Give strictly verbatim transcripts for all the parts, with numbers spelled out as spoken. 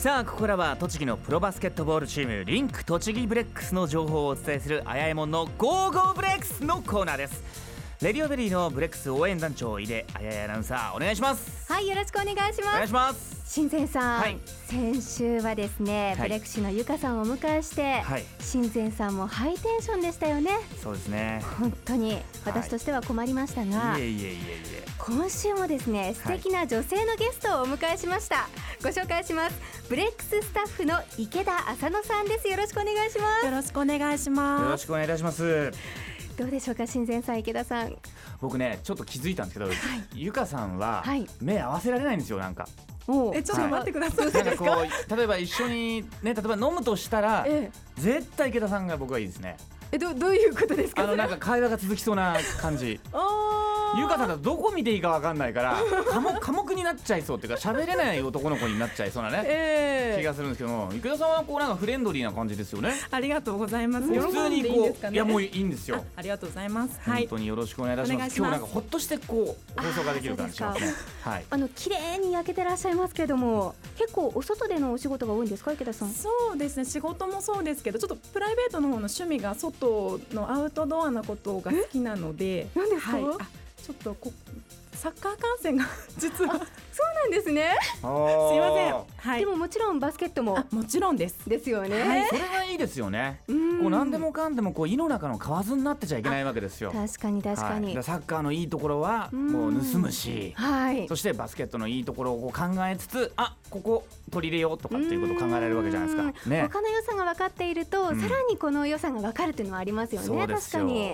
さあここからは栃木のプロバスケットボールチームリンク栃木ブレックスの情報をお伝えするあやえもんのゴーゴーブレックスのコーナーです。レディオベリーのブレックス応援団長井出あやえアナウンサーお願いします。 はい、よろしくお願いします。 お願いします。 新前さん、 はい、 先週はですね、はい、ブレックスのゆかさんをお迎えして、はい、新前さんもハイテンションでしたよね。 そうですね、 本当に私としては困りましたが、 はい、いえいえいえいえ、 今週もですね素敵な女性のゲストをお迎えしました、はい、ご紹介します。ブレックススタッフの池田浅野さんです。よろしくお願いします。 よろしくお願いします。 よろしくお願いいたします。 どうでしょうか、新前さん、池田さん。 僕ねちょっと気づいたんですけど、はい、ゆかさんははい、 目合わせられないんですよ。なんかおえちょっと待ってください、 はい、なんかこう例えば一緒にね、例えば飲むとしたら、ええ、絶対池田さんが僕はいいですね。 え ど, どういうことですか。 あのなんか会話が続きそうな感じゆかさんだとどこ見ていいか分かんないから寡黙寡黙になっちゃいそうっていうか喋れない男の子になっちゃいそうなね、えー、気がするんですけども、池田さんはこうなんかフレンドリーな感じですよね。 ありがとうございます。 普通にこう、いいんですかね、いやもういいんですよ。 あ, ありがとうございます。 本当によろしくお願いいたします。今日なんかほっとしてこう放送ができる感じしますね。はい、 あの綺麗に焼けてらっしゃいますけども、結構お外でのお仕事が多いんですか、池田さん。 そうですね、仕事もそうですけど、ちょっとプライベートの方の趣味が外のアウトドアなことが好きなので。 何ですか。 はい、あちょっとこサッカー観戦が実はそうなんですね。 すいません、はい、 でももちろんバスケットももちろんですですよね、 はい、それがいいですよね。こう何でもかんでもこう胃の中の蛙になってちゃいけないわけですよ。 確かに確かに、 はい、サッカーのいいところはもう盗むし、 はい、 そしてバスケットのいいところを考えつつ、あここ取り入れようとかっていうことを考えられるわけじゃないですか、ね、 他の良さが分かっていると、うん、さらにこの良さが分かるっていうのはありますよね。 そうですよ。 確かに、はい、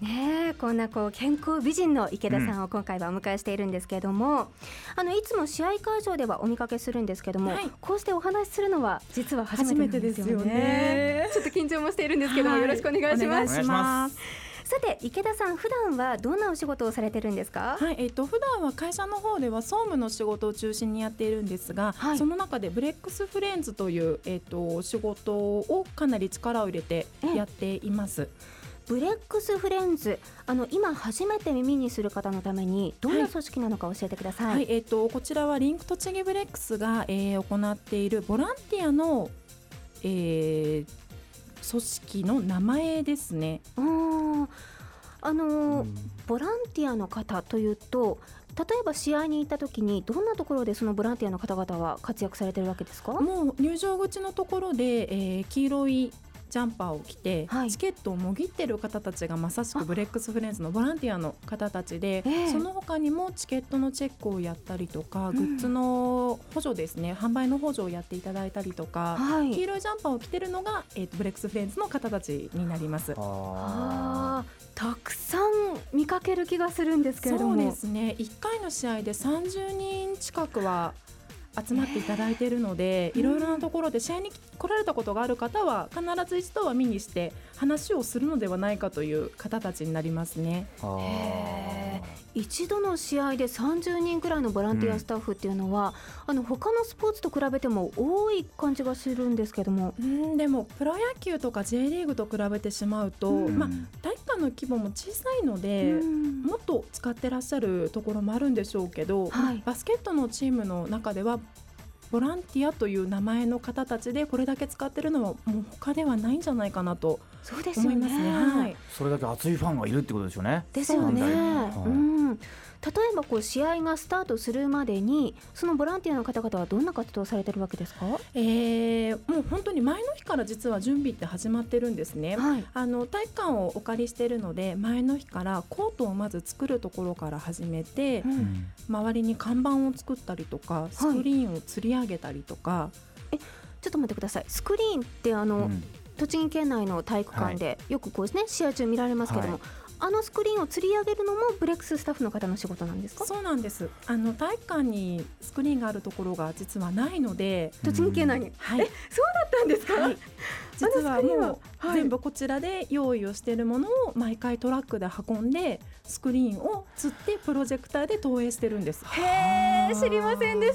ね、こんなこう健康美人の池田さんを今回はお迎えしているんですけれども、うん、あのいつも試合会場ではお見かけするんですけども、はい、こうしてお話しするのは実は初めてなんですよね。 初めてですよね。 ちょっと緊張もしているんですけども、はい、よろしくお願いします。 お願いします。 さて池田さん、普段はどんなお仕事をされてるんですか。 はい、えー、と普段は会社の方では総務の仕事を中心にやっているんですが、はい、その中でブレックスフレンズという、えー、と仕事をかなり力を入れてやっています。 ブレックスフレンズ、あの今初めて耳にする方のためにどんな組織なのか教えてください。 はいはい、えー、とこちらはリンク栃木ブレックスが、えー、行っているボランティアの、えー、組織の名前ですね。 ああの、うん、ボランティアの方というと、例えば試合に行った時にどんなところでそのボランティアの方々は活躍されてるわけですか。 もう入場口のところで、えー、黄色いジャンパーを着て、はい、チケットをもぎってる方たちがまさしくブレックスフレンズのボランティアの方たちで、えー、その他にもチケットのチェックをやったりとか、うん、グッズの補助ですね、販売の補助をやっていただいたりとか、はい、黄色いジャンパーを着てるのが、えー、とブレックスフレンズの方たちになります。 あたくさん見かける気がするんですけれども。 そうですね、いっかいの試合でさんじゅうにん近くは集まっていただいているので、いろいろなところで試合に来られたことがある方は必ず一度は見にして話をするのではないかという方たちになりますね。 へ一度の試合でさんじゅうにんくらいのボランティアスタッフっていうのは、うん、あの他のスポーツと比べても多い感じがするんですけども、 うんでもプロ野球とか J リーグと比べてしまうと、うんまあ、体育館の規模も小さいので、うん、もっと使ってらっしゃるところもあるんでしょうけど、はい、バスケットのチームの中ではボランティアという名前の方たちでこれだけ使ってるのはもう他ではないんじゃないかなと思いますね。はい、 それだけ熱いファンがいるってことですよね。 ですよね、はい、うん例えばこう試合がスタートするまでにそのボランティアの方々はどんな活動をされてるわけですか。 えー、もう本当に前の日から実は準備って始まってるんですね。はい、あの体育館をお借りしているので前の日からコートをまず作るところから始めて、うん、周りに看板を作ったりとかスクリーンを吊り上げたりとか、はい、 えちょっと待ってください。スクリーンってあの、うん、栃木県内の体育館でよくこうですね、試合中見られますけども、はい、あのスクリーンを吊り上げるのもブレックススタッフの方の仕事なんですか。 そうなんです。あの体育館にスクリーンがあるところが実はないので、 栃木県内に、はい、えそうだったんですか。はい、 実はもう全部こちらで用意をしているものを毎回トラックで運んでスクリーンを吊ってプロジェクターで投影してるんです。 へー知りませんでした。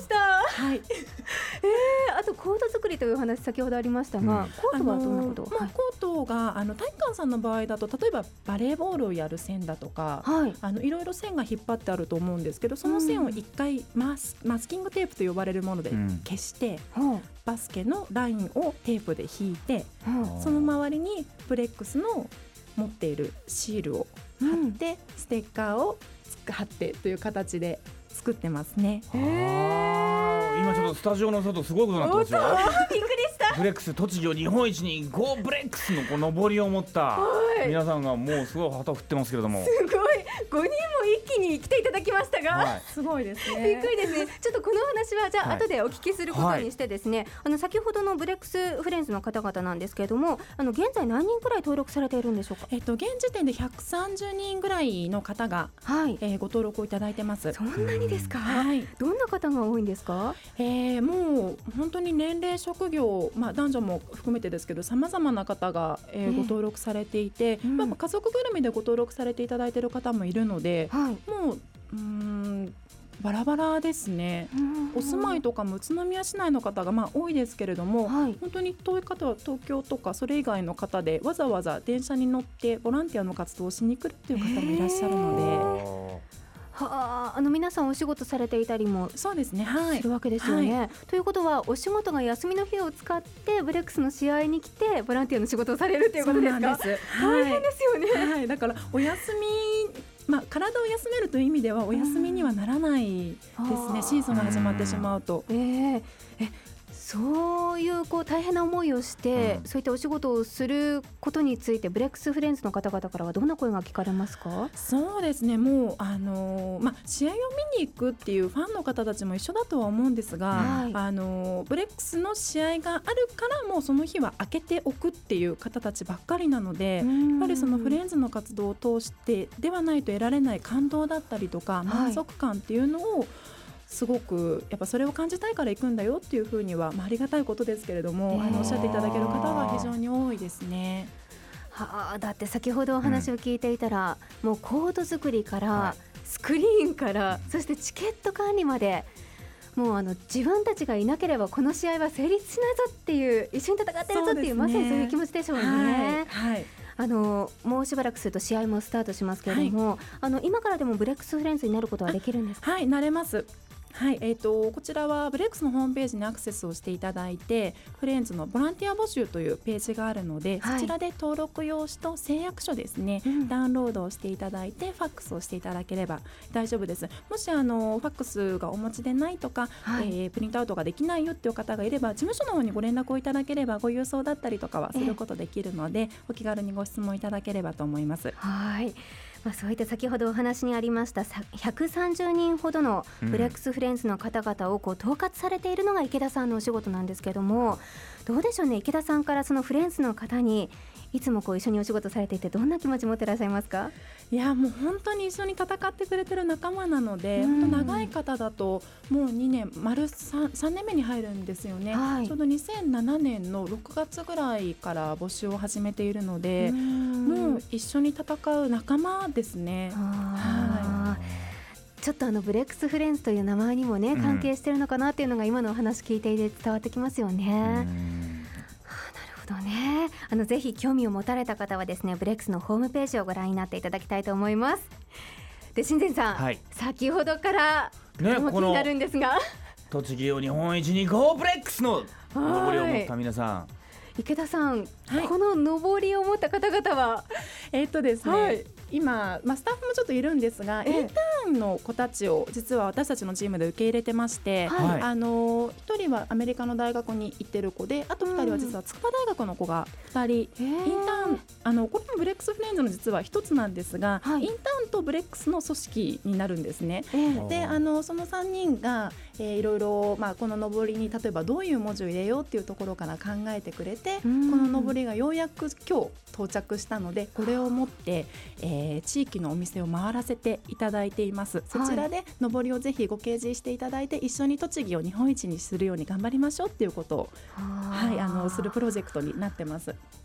はい、 えー、あとコート作りという話先ほどありましたが、うん、コートはどんなことを、 あのーまあ、コートがあの体育館さんの場合だと例えばバレーボールをやる線だとか、はい、あのいろいろ線が引っ張ってあると思うんですけど、その線を一回マス、マスキングテープと呼ばれるもので消して、うん、バスケのラインをテープで引いて、うん、その周りにブレックスの持っているシールを貼って、うん、ステッカーを貼ってという形で作ってますね。 へー、今ちょっとスタジオの外すごいことになってますよ。 びっくりした。 ブレックス栃木を日本一に ゴー ブレックスのこう上りを持った皆さんがもうすごい旗振ってますけれども、 すごいごにんも一気に来ていただきましたが、はい、 すごいですね。 びっくりですね。ちょっとこの話はじゃあ後でお聞きすることにしてですね、はい、あの先ほどのブレックスフレンズの方々なんですけれども、あの現在何人くらい登録されているんでしょうか。 えっと、現時点でひゃくさんじゅうにんぐらいの方が、はい、えー、ご登録をいただいてます。 そんなにですか。 はい、 どんな方が多いんですか。 えー、もう本当に年齢職業、まあ、男女も含めてですけど様々な方が、えー、ご登録されていて、うん、まあ、家族ぐるみでご登録されていただいている方もいるので、はい、もう、うーんバラバラですね。お住まいとかも宇都宮市内の方がまあ多いですけれども、はい、本当に遠い方は東京とかそれ以外の方でわざわざ電車に乗ってボランティアの活動をしに来るっていう方もいらっしゃるので、 はあ、あの皆さんお仕事されていたりもそうですね、はい、 するわけですよね、はい、ということはお仕事が休みの日を使ってブレックスの試合に来てボランティアの仕事をされるということですか。そうなんです、大変ですよね、 はい、だからお休み、まあ、体を休めるという意味ではお休みにはならないですね、シーズンが始まってしまうと。 えー、えそういう、こう大変な思いをして、うん、そういったお仕事をすることについてブレックスフレンズの方々からはどんな声が聞かれますか。 そうですね、もう、あのーまあ、試合を見に行くっていうファンの方たちも一緒だとは思うんですが、はい、あのー、ブレックスの試合があるからもうその日は空けておくっていう方たちばっかりなので、やっぱりそのフレンズの活動を通してではないと得られない感動だったりとか満足感っていうのを、はい、すごくやっぱそれを感じたいから行くんだよっていうふうには、まあ、ありがたいことですけれども、あのおっしゃっていただける方は非常に多いですね。 はあ、だって先ほどお話を聞いていたら、うん、もうコート作りから、はい、スクリーンから、そしてチケット管理までもうあの自分たちがいなければこの試合は成立しないぞっていう、一緒に戦っているぞっていう、まさにそういう気持ちでしょうね。はいはい、あのもうしばらくすると試合もスタートしますけれども、はい、あの今からでもブレックスフレンズになることはできるんですか。 はい、なれます。はい、えー、とこちらはブレックスのホームページにアクセスをしていただいて、フレンズのボランティア募集というページがあるので、はい、そちらで登録用紙と誓約書ですね、うん、ダウンロードをしていただいてファックスをしていただければ大丈夫です。もしあのファックスがお持ちでないとか、はい、えー、プリントアウトができないよっていう方がいれば、事務所の方にご連絡をいただければご郵送だったりとかはすることできるので、えー、お気軽にご質問いただければと思います。 はい、まあ、そういった先ほどお話にありましたひゃくさんじゅうにんほどのブレックスフレンズの方々をこう統括されているのが池田さんのお仕事なんですけども、どうでしょうね、池田さんからそのフレンズの方にいつもこう一緒にお仕事されていてどんな気持ち持ってらっしゃいますか。 いや、もう本当に一緒に戦ってくれてる仲間なので、本当長い方だともうにねん丸 3, 3年目に入るんですよね、はい、ちょうどにせんななねんのろくがつぐらいから募集を始めているので、もう一緒に戦う仲間ですね。はい、ちょっとあのブレックスフレンズという名前にもね関係してるのかなっていうのが今のお話聞いていて伝わってきますよね。なるほどね、あのぜひ興味を持たれた方はですね、ブレックスのホームページをご覧になっていただきたいと思います。で、新前さん、はい、先ほどからとても気になるんですが、ね、 栃木を日本一に ゴー ブレックスの上りを持った皆さん、 池田さん、はい、この上りを持った方々はえーっとですね、はい、今、まあ、スタッフもちょっといるんですが、えー、インターンの子たちを実は私たちのチームで受け入れてまして、はい、あのひとりはアメリカの大学に行ってる子で、あとふたりは実は筑波大学の子がふたり、うん、インターン、あのこれもブレックスフレンズの実は一つなんですが、はい、インターンとブレックスの組織になるんですね、えー、であのそのさんにんが、えー、いろいろ、まあ、この上りに例えばどういう文字を入れようっていうところから考えてくれて、この上りがようやく今日到着したので、これを持って、えー、地域のお店を回らせていただいています。そちらで上りをぜひご掲示していただいて、一緒に栃木を日本一にするように頑張りましょうっていうことを、はい、あのするプロジェクトになってます。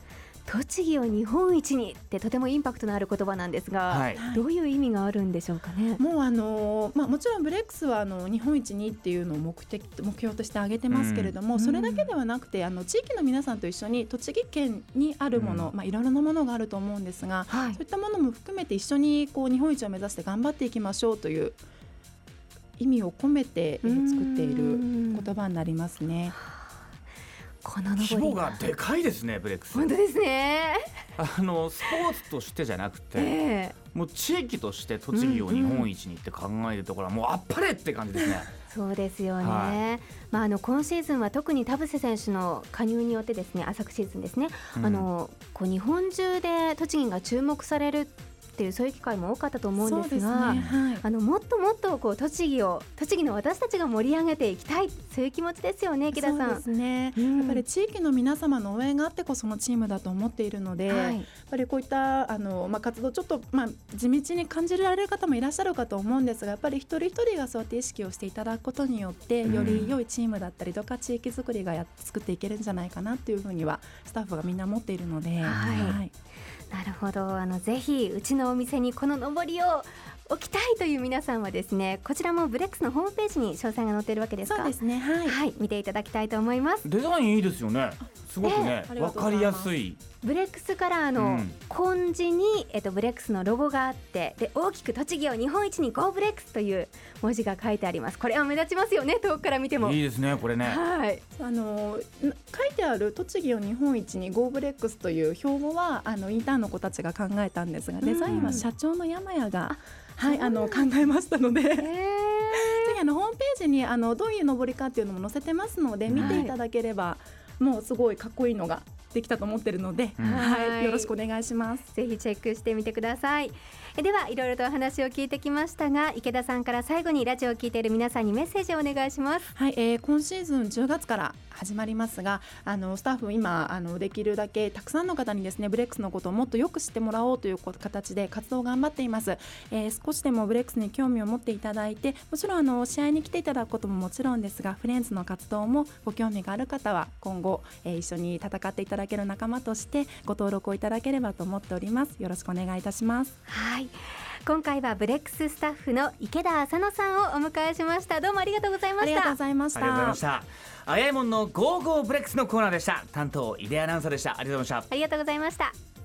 栃木を日本一にってとてもインパクトのある言葉なんですが、はい、どういう意味があるんでしょうかね。 もうあの、まあ、もちろんブレックスはあの日本一にっていうのを目的目標として挙げてますけれども、うん、それだけではなくてあの地域の皆さんと一緒に栃木県にあるもの、うんまあ、いろいろなものがあると思うんですが、はい、そういったものも含めて一緒にこう日本一を目指して頑張っていきましょうという意味を込めて作っている言葉になりますね。 この規模がでかいですね、ブレックス。 本当ですね。 あのスポーツとしてじゃなくて、えー、もう地域として栃木を日本一にって考えるところはもうあっぱれって感じですね。 そうですよね、はいまあ、あの今シーズンは特に田臥選手の加入によってですね、あ昨シーズンですね、うん、あのこう日本中で栃木が注目されるっていうそういう機会も多かったと思うんですが、ねはい、あのもっともっとこう栃木を栃木の私たちが盛り上げていきたい、そういう気持ちですよね、池田さん。 そうですね、うん、やっぱり地域の皆様の応援があってこそのチームだと思っているので、はい、やっぱりこういったあの、まあ、活動ちょっと、まあ、地道に感じられる方もいらっしゃるかと思うんですが、やっぱり一人一人がそうやって意識をしていただくことによってより良いチームだったりとか地域づくりがや作っていけるんじゃないかなっていうふうにはスタッフがみんな持っているので、はいはいなるほど。あのぜひうちのお店にこののぼりを置きたいという皆さんはですね、こちらもブレックスのホームページに詳細が載っているわけですか。 そうですね、はい、 はい、見ていただきたいと思います。 デザインいいですよね、すごくね、えー、分かりやすい。 ブレックスカラーの紺地に、えっと、ブレックスのロゴがあって、で大きく栃木を日本一に ゴー ブレックスという文字が書いてあります。これは目立ちますよね、遠くから見ても。 いいですねこれね、 はい、 あの書いてある栃木を日本一に ゴー ブレックスという標語はあのインターンの子たちが考えたんですが、デザインは社長の山谷が、はい、あの考えましたので、ぜひあのホームページにあのどういうのぼりかっていうのも載せてますので見ていただければ、はい、もうすごいかっこいいのができたと思ってるので、うんはい、よろしくお願いします。 ぜひチェックしてみてください。えではいろいろとお話を聞いてきましたが、池田さんから最後にラジオを聞いている皆さんにメッセージをお願いします。 はい、えー、今シーズンじゅうがつから始まりますが、あのスタッフ今あのできるだけたくさんの方にですねブレックスのことをもっとよく知ってもらおうという形で活動を頑張っています。えー、少しでもブレックスに興味を持っていただいて、もちろんあの試合に来ていただくことももちろんですが、フレンズの活動もご興味がある方は今後、えー、一緒に戦っていただける仲間としてご登録をいただければと思っております。よろしくお願いいたします。 はい、今回はブレックススタッフの池田麻乃さんをお迎えしました。どうもありがとうございました。 ありがとうございました。 ありがとうございました。あやいもんのゴーゴーブレックスのコーナーでした。担当井出アナウンサーでした。ありがとうございました。 ありがとうございました。